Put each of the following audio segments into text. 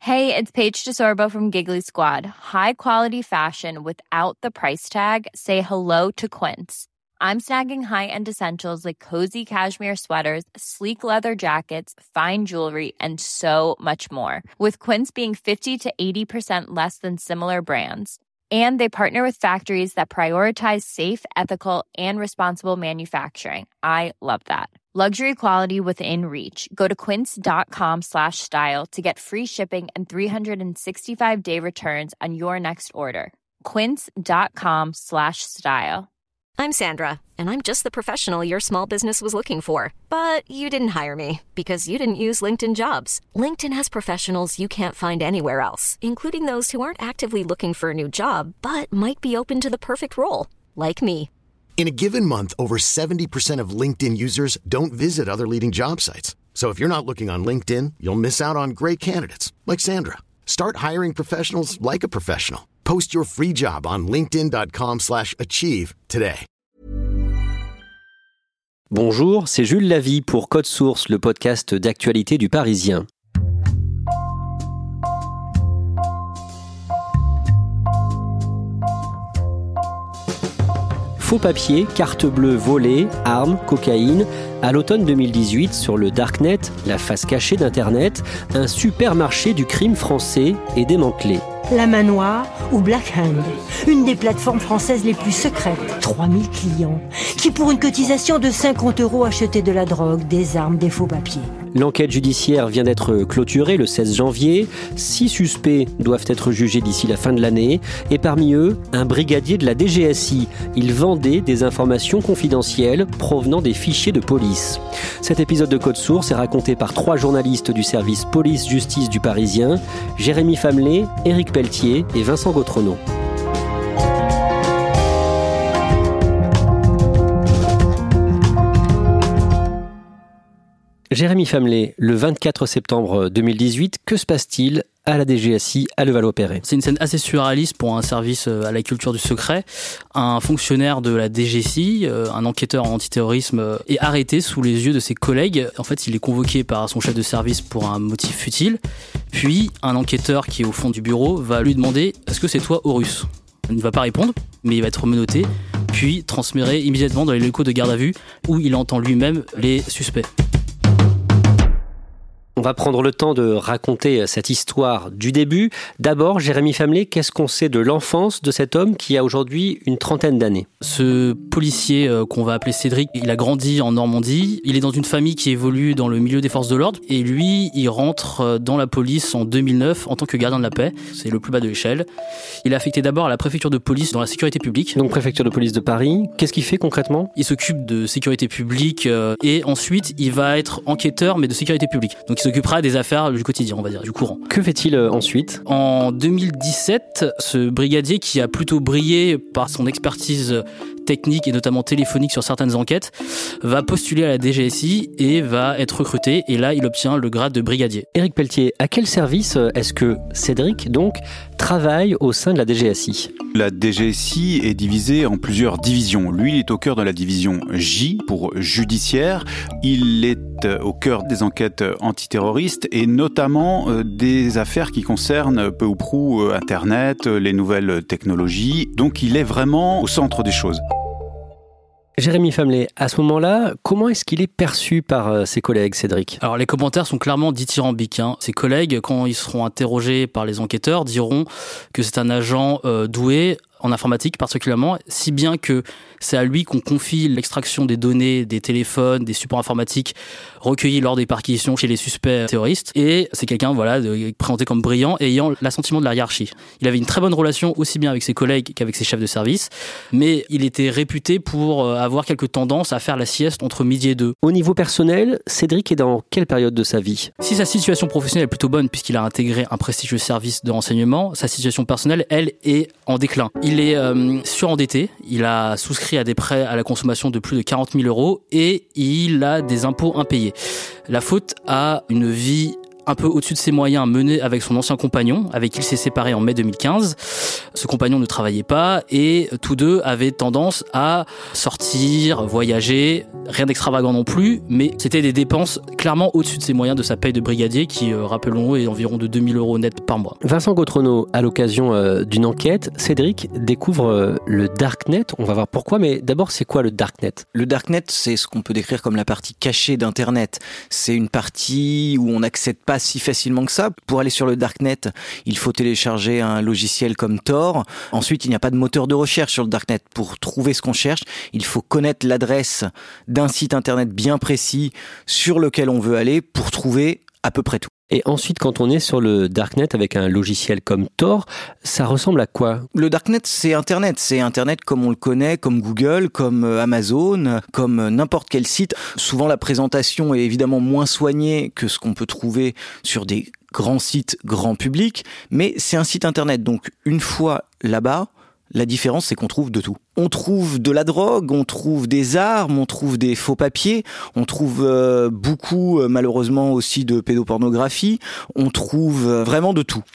Hey, it's Paige DeSorbo from Giggly Squad. High quality fashion without the price tag. Say hello to Quince. I'm snagging high-end essentials like cozy cashmere sweaters, sleek leather jackets, fine jewelry, and so much more. With Quince being 50 to 80% less than similar brands. And they partner with factories that prioritize safe, ethical, and responsible manufacturing. I love that. Luxury quality within reach. Go to quince.com/style to get free shipping and 365-day returns on your next order. Quince.com/style. I'm Sandra, and I'm just the professional your small business was looking for. But you didn't hire me because you didn't use LinkedIn Jobs. LinkedIn has professionals you can't find anywhere else, including those who aren't actively looking for a new job, but might be open to the perfect role, like me. In a given month, over 70% of LinkedIn users don't visit other leading job sites. So if you're not looking on LinkedIn, you'll miss out on great candidates like Sandra. Start hiring professionals like a professional. Post your free job on linkedin.com/achieve today. Bonjour, c'est Jules Lavie pour Code Source, le podcast d'actualité du Parisien. Faux papiers, carte bleue volée, armes, cocaïne. À l'automne 2018, sur le Darknet, la face cachée d'Internet, un supermarché du crime français est démantelé. La Manoir ou Black Hand, une des plateformes françaises les plus secrètes, 3000 clients, qui pour une cotisation de 50 € achetaient de la drogue, des armes, des faux papiers. L'enquête judiciaire vient d'être clôturée le 16 janvier. 6 suspects doivent être jugés d'ici la fin de l'année. Et parmi eux, un brigadier de la DGSI. Il vendait des informations confidentielles provenant des fichiers de police. Cet épisode de Code Source est raconté par 3 journalistes du service police-justice du Parisien, Jérémy Famelet, Éric Pelletier et Vincent Gautronot. Jérémy Famelet, le 24 septembre 2018, que se passe-t-il à la DGSI à Levallois-Perret? C'est une scène assez surréaliste pour un service à la culture du secret. Un fonctionnaire de la DGSI, un enquêteur en antiterrorisme, est arrêté sous les yeux de ses collègues. En fait, il est convoqué par son chef de service pour un motif futile. Puis, un enquêteur qui est au fond du bureau va lui demander « Est-ce que c'est toi, Horus ?» Il ne va pas répondre, mais il va être menotté, puis transféré immédiatement dans les locaux de garde à vue où il entend lui-même les suspects. On va prendre le temps de raconter cette histoire du début. D'abord, Jérémy Famelet, qu'est-ce qu'on sait de l'enfance de cet homme qui a aujourd'hui une trentaine d'années? Ce policier qu'on va appeler Cédric, il a grandi en Normandie. Il est dans une famille qui évolue dans le milieu des forces de l'ordre. Et lui, il rentre dans la police en 2009 en tant que gardien de la paix. C'est le plus bas de l'échelle. Il est affecté d'abord à la préfecture de police dans la sécurité publique. Donc préfecture de police de Paris. Qu'est-ce qu'il fait concrètement? Il s'occupe de sécurité publique et ensuite il va être enquêteur mais de sécurité publique. Donc il s'occupera des affaires du quotidien, on va dire, du courant. Que fait-il ensuite? En 2017, ce brigadier qui a plutôt brillé par son expertise technique et notamment téléphonique sur certaines enquêtes, va postuler à la DGSI et va être recruté. Et là, il obtient le grade de brigadier. Éric Pelletier, à quel service est-ce que Cédric, donc, travaille au sein de la DGSI? La DGSI est divisée en plusieurs divisions. Lui, il est au cœur de la division J pour judiciaire. Il est au cœur des enquêtes antiterroristes et notamment des affaires qui concernent peu ou prou Internet, les nouvelles technologies. Donc, il est vraiment au centre des choses. Jérémy Famelet, à ce moment-là, comment est-ce qu'il est perçu par ses collègues, Cédric? Alors les commentaires sont clairement dithyrambiques. Ses collègues, quand ils seront interrogés par les enquêteurs, diront que c'est un agent doué, en informatique particulièrement, si bien que c'est à lui qu'on confie l'extraction des données des téléphones, des supports informatiques recueillis lors des perquisitions chez les suspects terroristes. Et c'est quelqu'un présenté comme brillant et ayant l'assentiment de la hiérarchie. Il avait une très bonne relation aussi bien avec ses collègues qu'avec ses chefs de service, mais il était réputé pour avoir quelques tendances à faire la sieste entre midi et 2. Au niveau personnel, Cédric est dans quelle période de sa vie? Si sa situation professionnelle est plutôt bonne puisqu'il a intégré un prestigieux service de renseignement, sa situation personnelle, elle, est en déclin. Il est surendetté, il a souscrit à des prêts à la consommation de plus de 40 000 € et il a des impôts impayés. La faute à une vie un peu au-dessus de ses moyens menée avec son ancien compagnon, avec qui il s'est séparé en mai 2015. Ce compagnon ne travaillait pas et tous deux avaient tendance à sortir, voyager, rien d'extravagant non plus, mais c'était des dépenses clairement au-dessus de ses moyens de sa paye de brigadier qui, rappelons-le, est environ de 2 000 € net par mois. Vincent Gautronot, à l'occasion d'une enquête, Cédric découvre le Darknet. On va voir pourquoi, mais d'abord, c'est quoi le Darknet ? Le Darknet, c'est ce qu'on peut décrire comme la partie cachée d'Internet. C'est une partie où on n'accède pas si facilement que ça. Pour aller sur le Darknet, il faut télécharger un logiciel comme Tor. Ensuite, il n'y a pas de moteur de recherche sur le Darknet. Pour trouver ce qu'on cherche, il faut connaître l'adresse d'un site Internet bien précis sur lequel on veut aller pour trouver à peu près tout. Et ensuite, quand on est sur le Darknet avec un logiciel comme Tor, ça ressemble à quoi ? Le Darknet, c'est Internet. C'est Internet comme on le connaît, comme Google, comme Amazon, comme n'importe quel site. Souvent, la présentation est évidemment moins soignée que ce qu'on peut trouver sur des grands sites grand public, mais c'est un site Internet. Donc, une fois là-bas, la différence, c'est qu'on trouve de tout. On trouve de la drogue, on trouve des armes, on trouve des faux papiers, on trouve beaucoup, malheureusement, aussi de pédopornographie. On trouve vraiment de tout.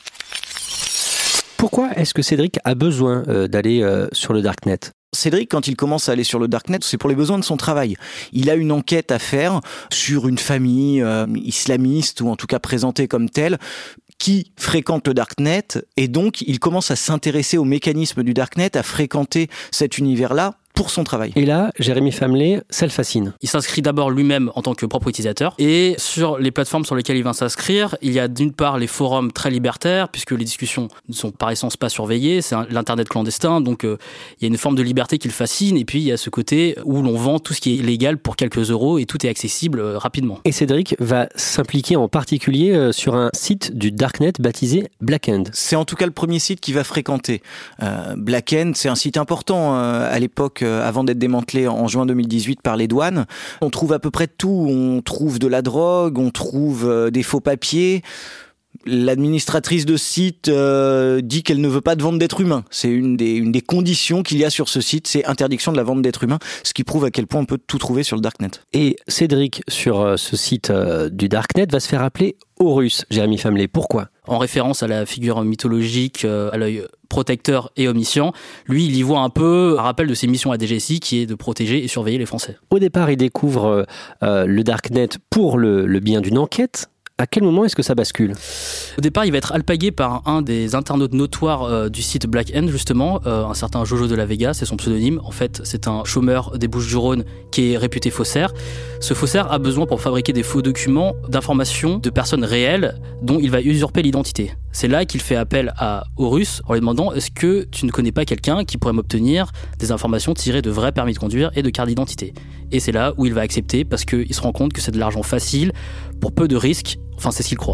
Pourquoi est-ce que Cédric a besoin d'aller sur le Darknet ? Cédric, quand il commence à aller sur le Darknet, c'est pour les besoins de son travail. Il a une enquête à faire sur une famille islamiste, ou en tout cas présentée comme telle, qui fréquente le Darknet, et donc il commence à s'intéresser aux mécanismes du Darknet, à fréquenter cet univers-là pour son travail. Et là, Jérémy Famelet, ça le fascine. Il s'inscrit d'abord lui-même en tant que propre utilisateur, et sur les plateformes sur lesquelles il va s'inscrire, il y a d'une part les forums très libertaires, puisque les discussions ne sont par essence pas surveillées, c'est l'internet clandestin, donc il y a une forme de liberté qui le fascine, et puis il y a ce côté où l'on vend tout ce qui est légal pour quelques euros, et tout est accessible rapidement. Et Cédric va s'impliquer en particulier sur un site du Darknet baptisé Blackend. C'est en tout cas le premier site qu'il va fréquenter. Blackend, c'est un site important à l'époque, avant d'être démantelé en juin 2018 par les douanes. On trouve à peu près tout. On trouve de la drogue, on trouve des faux papiers. L'administratrice de site dit qu'elle ne veut pas de vente d'êtres humains. C'est une des conditions qu'il y a sur ce site, c'est interdiction de la vente d'êtres humains, ce qui prouve à quel point on peut tout trouver sur le Darknet. Et Cédric, sur ce site du Darknet, va se faire appeler Horus, Jérémy Famelet. Pourquoi ? En référence à la figure mythologique, à l'œil protecteur et omniscient, lui, il y voit un peu un rappel de ses missions à DGSI, qui est de protéger et surveiller les Français. Au départ, il découvre le Darknet pour le bien d'une enquête. À quel moment est-ce que ça bascule ? Au départ, il va être alpagué par un des internautes notoires du site Black End, justement, un certain Jojo de la Vega, c'est son pseudonyme. En fait, c'est un chômeur des Bouches-du-Rhône qui est réputé faussaire. Ce faussaire a besoin, pour fabriquer des faux documents, d'informations de personnes réelles dont il va usurper l'identité. C'est là qu'il fait appel à Horus en lui demandant « Est-ce que tu ne connais pas quelqu'un qui pourrait m'obtenir des informations tirées de vrais permis de conduire et de cartes d'identité ?» Et c'est là où il va accepter parce qu'il se rend compte que c'est de l'argent facile pour peu de risques. Enfin, c'est ce qu'il croit.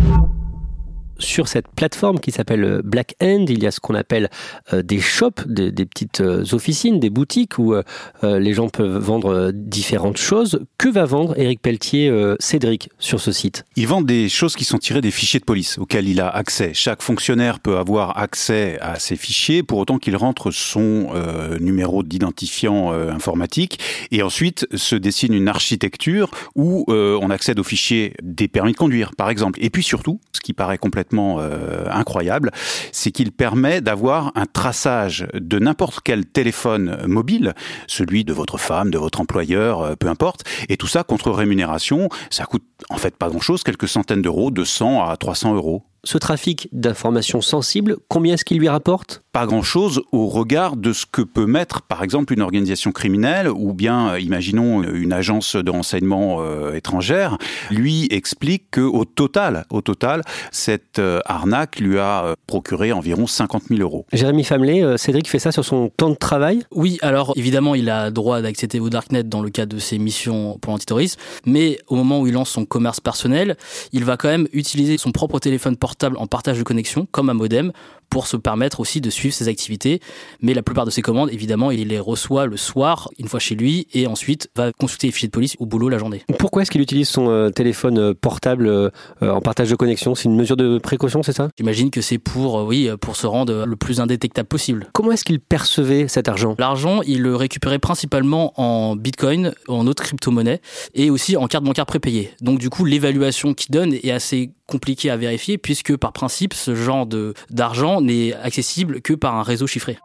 Sur cette plateforme qui s'appelle Black End, il y a ce qu'on appelle des shops, des petites officines, des boutiques où les gens peuvent vendre différentes choses. Que va vendre Éric Pelletier, Cédric, sur ce site ? Il vend des choses qui sont tirées des fichiers de police auxquels il a accès. Chaque fonctionnaire peut avoir accès à ces fichiers pour autant qu'il rentre son numéro d'identifiant informatique. Et ensuite se dessine une architecture où on accède aux fichiers des permis de conduire, par exemple. Et puis surtout, ce qui paraît complètement incroyable, c'est qu'il permet d'avoir un traçage de n'importe quel téléphone mobile, celui de votre femme, de votre employeur, peu importe, et tout ça contre rémunération. Ça coûte en fait pas grand-chose, quelques centaines d'euros, de 100 à 300 euros. Ce trafic d'informations sensibles, combien est-ce qu'il lui rapporte ? Pas grand-chose au regard de ce que peut mettre, par exemple, une organisation criminelle ou bien, imaginons, une agence de renseignement étrangère. Lui explique qu'au total, cette arnaque lui a procuré environ 50 000 euros. Jérémy Famelet, Cédric fait ça sur son temps de travail ? Oui, alors évidemment, il a droit d'accéder au Darknet dans le cadre de ses missions pour l'antiterrorisme, mais au moment où il lance son commerce personnel, il va quand même utiliser son propre téléphone portable en partage de connexion, comme un modem, pour se permettre aussi de suivre suivre ses activités. Mais la plupart de ses commandes, évidemment, il les reçoit le soir, une fois chez lui, et ensuite va consulter les fichiers de police au boulot la journée. Pourquoi est-ce qu'il utilise son téléphone portable en partage de connexion ? C'est une mesure de précaution, c'est ça ? J'imagine que c'est pour se rendre le plus indétectable possible. Comment est-ce qu'il percevait cet argent ? L'argent, il le récupérait principalement en bitcoin, en autres crypto-monnaies, et aussi en carte bancaire prépayée. Donc du coup, l'évaluation qu'il donne est assez compliquée à vérifier, puisque par principe, ce genre d'argent n'est accessible que par un réseau chiffré.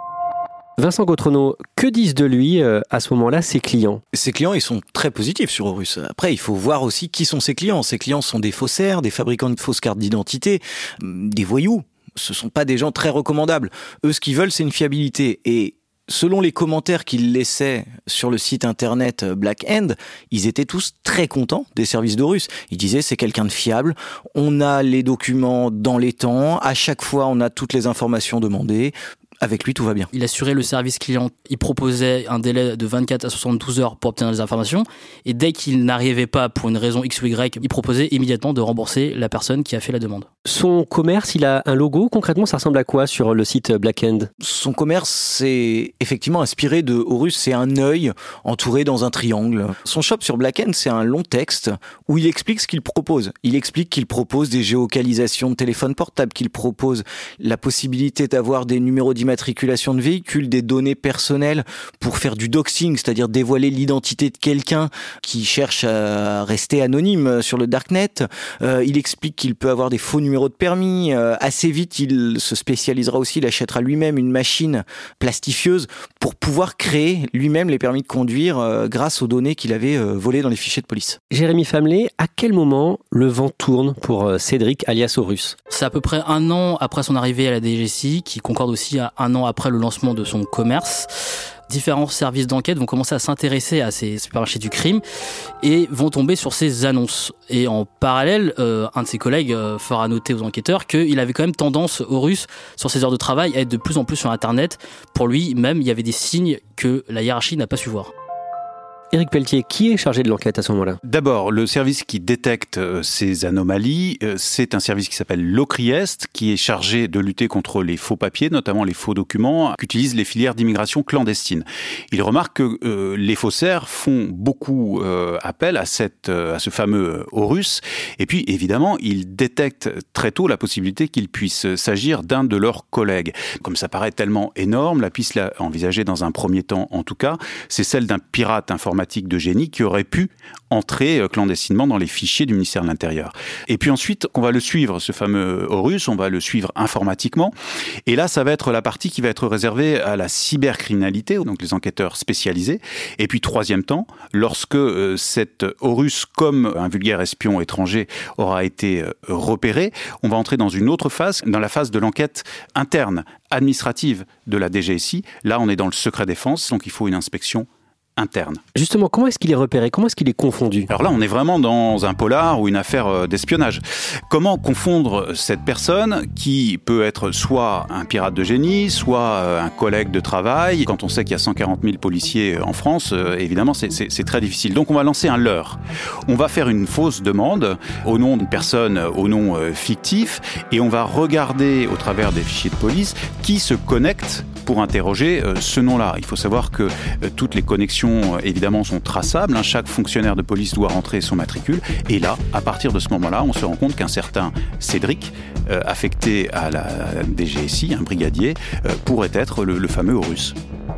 Vincent Gautrenaud, que disent de lui à ce moment-là ses clients ? Ses clients, ils sont très positifs sur Horus. Après, il faut voir aussi qui sont ses clients. Ses clients sont des faussaires, des fabricants de fausses cartes d'identité, des voyous. Ce sont pas des gens très recommandables. Eux, ce qu'ils veulent, c'est une fiabilité. Et selon les commentaires qu'ils laissaient sur le site internet Black Hand, ils étaient tous très contents des services d'Horus. Ils disaient c'est quelqu'un de fiable, on a les documents dans les temps, à chaque fois on a toutes les informations demandées. Avec lui, tout va bien. Il assurait le service client. Il proposait un délai de 24 à 72 heures pour obtenir les informations. Et dès qu'il n'arrivait pas pour une raison X ou Y, il proposait immédiatement de rembourser la personne qui a fait la demande. Son commerce, il a un logo. Concrètement, ça ressemble à quoi sur le site Black Hand ? Son commerce, c'est effectivement inspiré de Horus. C'est un œil entouré dans un triangle. Son shop sur Black Hand, c'est un long texte où il explique ce qu'il propose. Il explique qu'il propose des géolocalisations de téléphones portables, qu'il propose la possibilité d'avoir des numéros d'immatriculation de véhicules, des données personnelles pour faire du doxing, c'est-à-dire dévoiler l'identité de quelqu'un qui cherche à rester anonyme sur le darknet. Il explique qu'il peut avoir des faux numéros de permis. Assez vite, il se spécialisera aussi, il achètera lui-même une machine plastifieuse pour pouvoir créer lui-même les permis de conduire grâce aux données qu'il avait volées dans les fichiers de police. Jérémy Famelet, à quel moment le vent tourne pour Cédric alias Horus ? C'est à peu près 1 an après son arrivée à la DGSI, qui concorde aussi à 1 an après le lancement de son commerce. Différents services d'enquête vont commencer à s'intéresser à ces supermarchés du crime et vont tomber sur ces annonces. Et en parallèle, un de ses collègues fera noter aux enquêteurs qu'il avait quand même tendance, Horus, sur ses heures de travail, à être de plus en plus sur Internet. Pour lui, même, il y avait des signes que la hiérarchie n'a pas su voir. Éric Pelletier, qui est chargé de l'enquête à ce moment-là ? D'abord, le service qui détecte ces anomalies, c'est un service qui s'appelle l'OCRIEST, qui est chargé de lutter contre les faux papiers, notamment les faux documents, qu'utilisent les filières d'immigration clandestine. Il remarque que les faussaires font beaucoup appel à ce fameux Horus, et puis évidemment, il détecte très tôt la possibilité qu'il puisse s'agir d'un de leurs collègues. Comme ça paraît tellement énorme, la piste envisagée dans un premier temps en tout cas, c'est celle d'un pirate informatique de génie qui aurait pu entrer clandestinement dans les fichiers du ministère de l'Intérieur. Et puis ensuite, on va le suivre, ce fameux Horus, on va le suivre informatiquement. Et là, ça va être la partie qui va être réservée à la cybercriminalité, donc les enquêteurs spécialisés. Et puis troisième temps, lorsque cet Horus, comme un vulgaire espion étranger, aura été repéré, on va entrer dans une autre phase, dans la phase de l'enquête interne, administrative de la DGSI. Là, on est dans le secret défense, donc il faut une inspection interne. Justement, comment est-ce qu'il est repéré ? Comment est-ce qu'il est confondu ? Alors là, on est vraiment dans un polar ou une affaire d'espionnage. Comment confondre cette personne qui peut être soit un pirate de génie, soit un collègue de travail ? Quand on sait qu'il y a 140 000 policiers en France, évidemment, c'est très difficile. Donc on va lancer un leurre. On va faire une fausse demande au nom d'une personne, au nom fictif, et on va regarder au travers des fichiers de police qui se connecte pour interroger ce nom-là. Il faut savoir que toutes les connexions, évidemment, sont traçables. Chaque fonctionnaire de police doit rentrer son matricule. Et là, à partir de ce moment-là, on se rend compte qu'un certain Cédric, affecté à la DGSI, un brigadier, pourrait être le fameux Horus.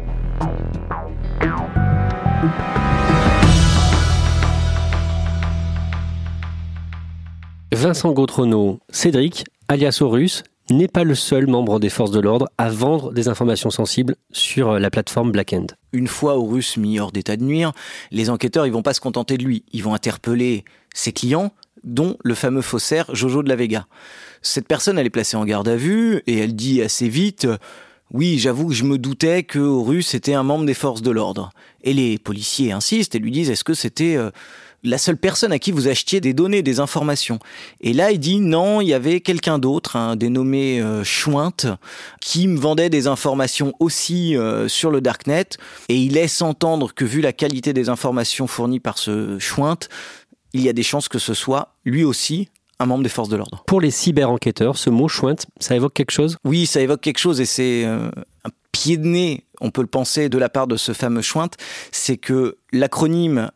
Vincent Gautrenaud, Cédric, alias Horus, n'est pas le seul membre des forces de l'ordre à vendre des informations sensibles sur la plateforme Black Hand. Une fois Horus mis hors d'état de nuire, les enquêteurs ils vont pas se contenter de lui. Ils vont interpeller ses clients, dont le fameux faussaire Jojo de la Vega. Cette personne, elle est placée en garde à vue et elle dit assez vite « Oui, j'avoue que je me doutais que Horus était un membre des forces de l'ordre. » Et les policiers insistent et lui disent « Est-ce que c'était la seule personne à qui vous achetiez des données, des informations ?» Et là, il dit « Non, il y avait quelqu'un d'autre, dénommé Chouinte, qui me vendait des informations aussi sur le darknet. » Et il laisse entendre que vu la qualité des informations fournies par ce Chouinte, il y a des chances que ce soit lui aussi un membre des forces de l'ordre. Pour les cyber-enquêteurs, ce mot Schwindt, ça évoque quelque chose ? Oui, ça évoque quelque chose et c'est un pied de nez, on peut le penser, de la part de ce fameux Schwindt, c'est que l'acronyme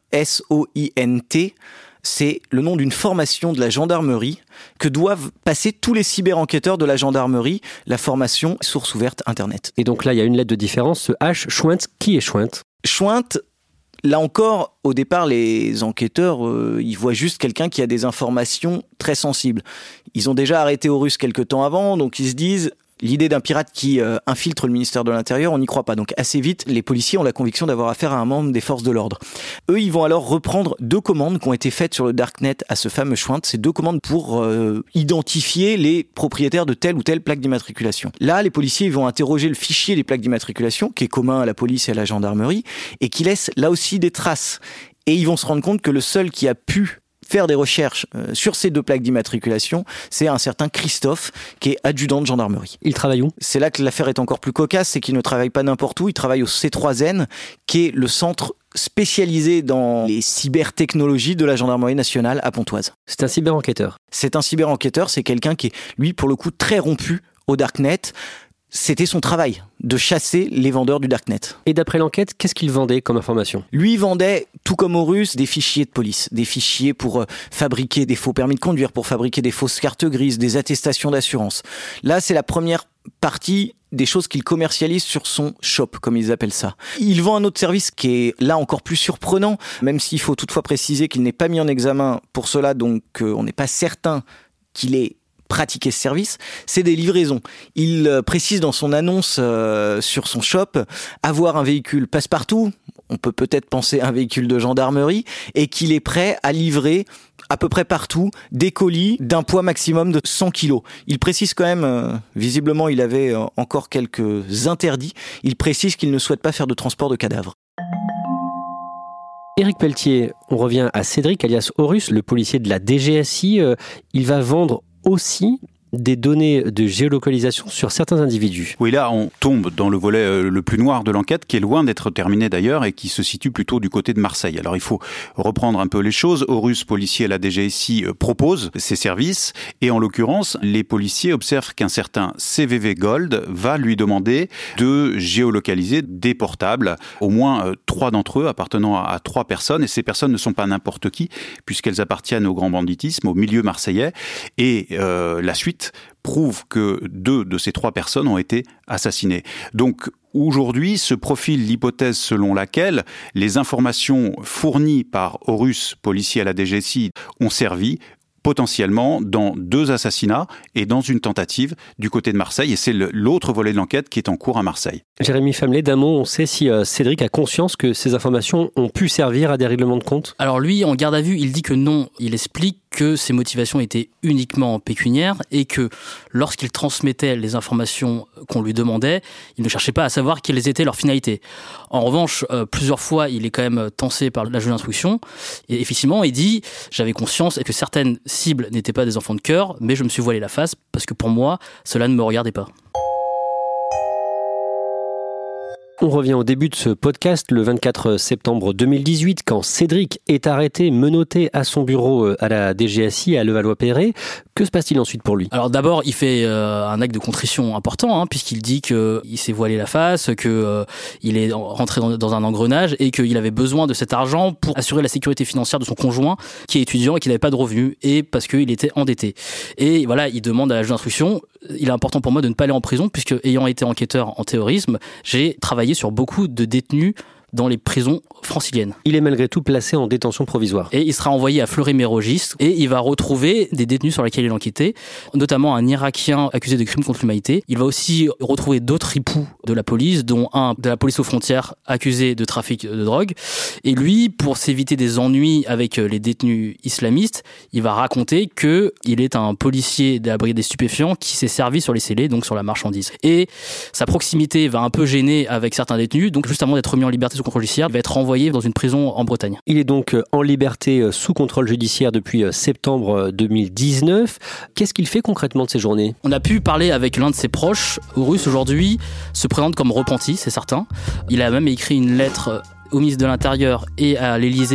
SOINT, c'est le nom d'une formation de la gendarmerie que doivent passer tous les cyber-enquêteurs de la gendarmerie, la formation source ouverte Internet. Et donc là, il y a une lettre de différence, ce H, Schwindt, qui est Schwindt ? Schwindt, là encore, au départ, les enquêteurs, ils voient juste quelqu'un qui a des informations très sensibles. Ils ont déjà arrêté Horus quelque temps avant, donc ils se disent... L'idée d'un pirate qui infiltre le ministère de l'Intérieur, on n'y croit pas. Donc assez vite, les policiers ont la conviction d'avoir affaire à un membre des forces de l'ordre. Eux, ils vont alors reprendre 2 commandes qui ont été faites sur le Darknet à ce fameux Schwindt. Ces 2 commandes pour identifier les propriétaires de telle ou telle plaque d'immatriculation. Là, les policiers vont interroger le fichier des plaques d'immatriculation, qui est commun à la police et à la gendarmerie, et qui laisse là aussi des traces. Et ils vont se rendre compte que le seul qui a pu faire des recherches sur ces 2 plaques d'immatriculation, c'est un certain Christophe, qui est adjudant de gendarmerie. Il travaille où ? C'est là que l'affaire est encore plus cocasse, c'est qu'il ne travaille pas n'importe où, il travaille au C3N, qui est le centre spécialisé dans les cybertechnologies de la gendarmerie nationale à Pontoise. C'est un cyber-enquêteur. C'est un cyber-enquêteur, c'est quelqu'un qui est, lui, pour le coup, très rompu au Darknet. C'était son travail, de chasser les vendeurs du Darknet. Et d'après l'enquête, qu'est-ce qu'il vendait comme information ? Lui vendait, tout comme Horus, des fichiers de police, des fichiers pour fabriquer des faux permis de conduire, pour fabriquer des fausses cartes grises, des attestations d'assurance. Là, c'est la première partie des choses qu'il commercialise sur son shop, comme ils appellent ça. Il vend un autre service qui est là encore plus surprenant, même s'il faut toutefois préciser qu'il n'est pas mis en examen pour cela, donc on n'est pas certain qu'il ait pratiquer ce service, c'est des livraisons. Il précise dans son annonce sur son shop avoir un véhicule passe-partout, on peut peut-être penser à un véhicule de gendarmerie, et qu'il est prêt à livrer à peu près partout des colis d'un poids maximum de 100 kilos. Il précise quand même, visiblement il avait encore quelques interdits, il précise qu'il ne souhaite pas faire de transport de cadavres. Éric Pelletier, on revient à Cédric alias Horus, le policier de la DGSI. Il va vendre aussi des données de géolocalisation sur certains individus. Oui, là, on tombe dans le volet le plus noir de l'enquête, qui est loin d'être terminé d'ailleurs, et qui se situe plutôt du côté de Marseille. Alors, il faut reprendre un peu les choses. Horus, policier à la DGSI, propose ses services, et en l'occurrence, les policiers observent qu'un certain CVV Gold va lui demander de géolocaliser des portables, au moins 3 d'entre eux appartenant à 3 personnes, et ces personnes ne sont pas n'importe qui, puisqu'elles appartiennent au grand banditisme, au milieu marseillais, et la suite prouve que 2 de ces 3 personnes ont été assassinées. Donc aujourd'hui se profile l'hypothèse selon laquelle les informations fournies par Horus, policier à la DGSI, ont servi potentiellement dans 2 assassinats et dans une tentative du côté de Marseille. Et c'est l'autre volet de l'enquête qui est en cours à Marseille. Jérémy Famelet, d'un mot, on sait si Cédric a conscience que ces informations ont pu servir à des règlements de compte ? Alors lui, en garde à vue, il dit que non. Il explique que ses motivations étaient uniquement pécuniaires et que lorsqu'il transmettait les informations qu'on lui demandait, il ne cherchait pas à savoir quelles étaient leurs finalités. En revanche, plusieurs fois, il est quand même tensé par la juge d'instruction. Et effectivement, il dit « J'avais conscience que certaines cibles n'étaient pas des enfants de cœur, mais je me suis voilé la face parce que pour moi, cela ne me regardait pas. » On revient au début de ce podcast, le 24 septembre 2018, quand Cédric est arrêté, menotté à son bureau à la DGSI à Levallois-Perret. Que se passe-t-il ensuite pour lui ? Alors d'abord, il fait un acte de contrition important, puisqu'il dit qu'il s'est voilé la face, qu'il est rentré dans un engrenage et qu'il avait besoin de cet argent pour assurer la sécurité financière de son conjoint, qui est étudiant et qui n'avait pas de revenus, et parce qu'il était endetté. Et voilà, il demande à la juge d'instruction, il est important pour moi de ne pas aller en prison, puisque ayant été enquêteur en terrorisme, j'ai travaillé sur beaucoup de détenus dans les prisons franciliennes. Il est malgré tout placé en détention provisoire. Et il sera envoyé à Fleury-Mérogis et il va retrouver des détenus sur lesquels il enquêtait, notamment un Irakien accusé de crimes contre l'humanité. Il va aussi retrouver d'autres ripoux de la police, dont un de la police aux frontières accusé de trafic de drogue. Et lui, pour s'éviter des ennuis avec les détenus islamistes, il va raconter qu'il est un policier de la brigade des stupéfiants qui s'est servi sur les scellés, donc sur la marchandise. Et sa proximité va un peu gêner avec certains détenus, donc juste avant d'être mis en liberté sous contrôle judiciaire, il va être renvoyé dans une prison en Bretagne. Il est donc en liberté sous contrôle judiciaire depuis septembre 2019. Qu'est-ce qu'il fait concrètement de ces journées ? On a pu parler avec l'un de ses proches. Horus, aujourd'hui, se présente comme repenti, c'est certain. Il a même écrit une lettre au ministre de l'Intérieur et à l'Élysée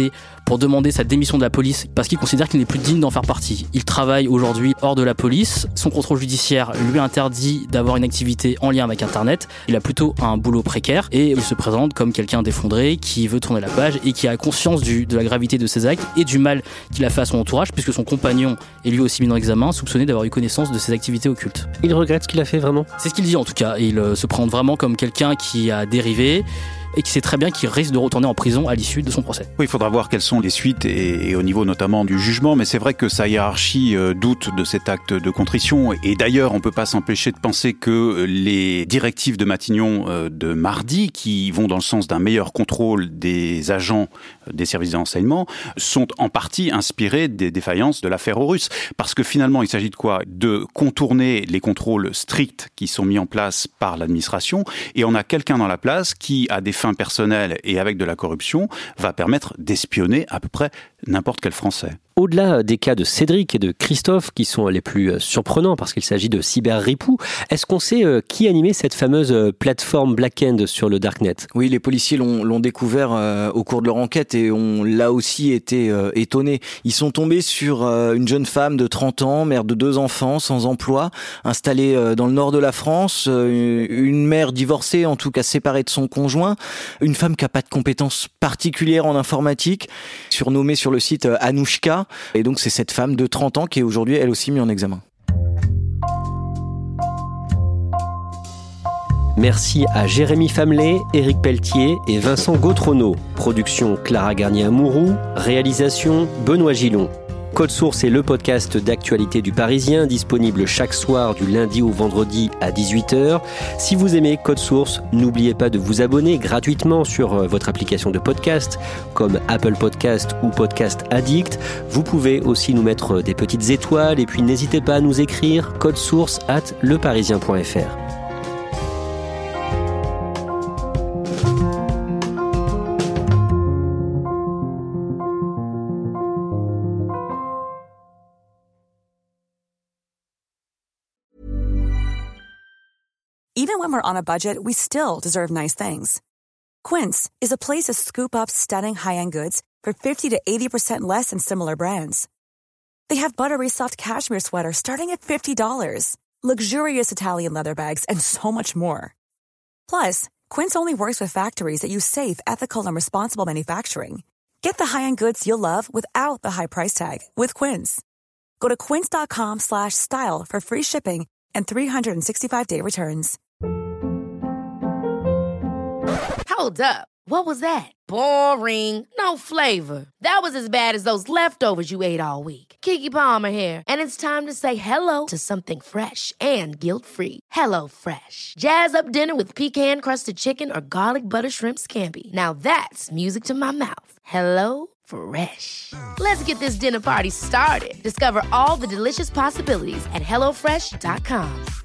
pour demander sa démission de la police parce qu'il considère qu'il n'est plus digne d'en faire partie. Il travaille aujourd'hui hors de la police. Son contrôle judiciaire lui interdit d'avoir une activité en lien avec Internet. Il a plutôt un boulot précaire et il se présente comme quelqu'un d'effondré qui veut tourner la page et qui a conscience de la gravité de ses actes et du mal qu'il a fait à son entourage puisque son compagnon est lui aussi mis en examen, soupçonné d'avoir eu connaissance de ses activités occultes. Il regrette ce qu'il a fait vraiment ? C'est ce qu'il dit en tout cas. Il se présente vraiment comme quelqu'un qui a dérivé et qui sait très bien qu'il risque de retourner en prison à l'issue de son procès. Oui, il faudra voir quelles sont les suites et au niveau notamment du jugement, mais c'est vrai que sa hiérarchie doute de cet acte de contrition. Et d'ailleurs, on ne peut pas s'empêcher de penser que les directives de Matignon de mardi, qui vont dans le sens d'un meilleur contrôle des agents des services de renseignement, sont en partie inspirées des défaillances de l'affaire Horus. Parce que finalement, il s'agit de quoi ? De contourner les contrôles stricts qui sont mis en place par l'administration, et on a quelqu'un dans la place qui, à des fins personnelles et avec de la corruption, va permettre d'espionner à peu près n'importe quel Français. Au-delà des cas de Cédric et de Christophe, qui sont les plus surprenants parce qu'il s'agit de cyber-ripoux, est-ce qu'on sait qui animait cette fameuse plateforme Black-End sur le Darknet ? Oui, les policiers l'ont découvert au cours de leur enquête et ont là aussi été étonnés. Ils sont tombés sur une jeune femme de 30 ans, mère de 2 enfants, sans emploi, installée dans le nord de la France, une mère divorcée, en tout cas séparée de son conjoint, une femme qui n'a pas de compétences particulières en informatique, surnommée sur le site Anouchka. Et donc c'est cette femme de 30 ans qui est aujourd'hui elle aussi mise en examen. Merci à Jérémy Famelet, Éric Pelletier et Vincent Gautronneau. Production Clara Garnier-Amouroux, réalisation Benoît Gillon. Code Source est le podcast d'actualité du Parisien, disponible chaque soir du lundi au vendredi à 18h. Si vous aimez Code Source, n'oubliez pas de vous abonner gratuitement sur votre application de podcast, comme Apple Podcast ou Podcast Addict. Vous pouvez aussi nous mettre des petites étoiles et puis n'hésitez pas à nous écrire codesource@leparisien.fr. Even when we're on a budget, we still deserve nice things. Quince is a place to scoop up stunning high-end goods for 50 to 80% less than similar brands. They have buttery soft cashmere sweaters starting at $50, luxurious Italian leather bags, and so much more. Plus, Quince only works with factories that use safe, ethical, and responsible manufacturing. Get the high-end goods you'll love without the high price tag with Quince. Go to quince.com/style for free shipping and 365-day returns. Hold up. What was that? Boring. No flavor. That was as bad as those leftovers you ate all week. Keke Palmer here. And it's time to say hello to something fresh and guilt-free. Hello Fresh. Jazz up dinner with pecan-crusted chicken or garlic butter shrimp scampi. Now that's music to my mouth. Hello Fresh. Let's get this dinner party started. Discover all the delicious possibilities at HelloFresh.com.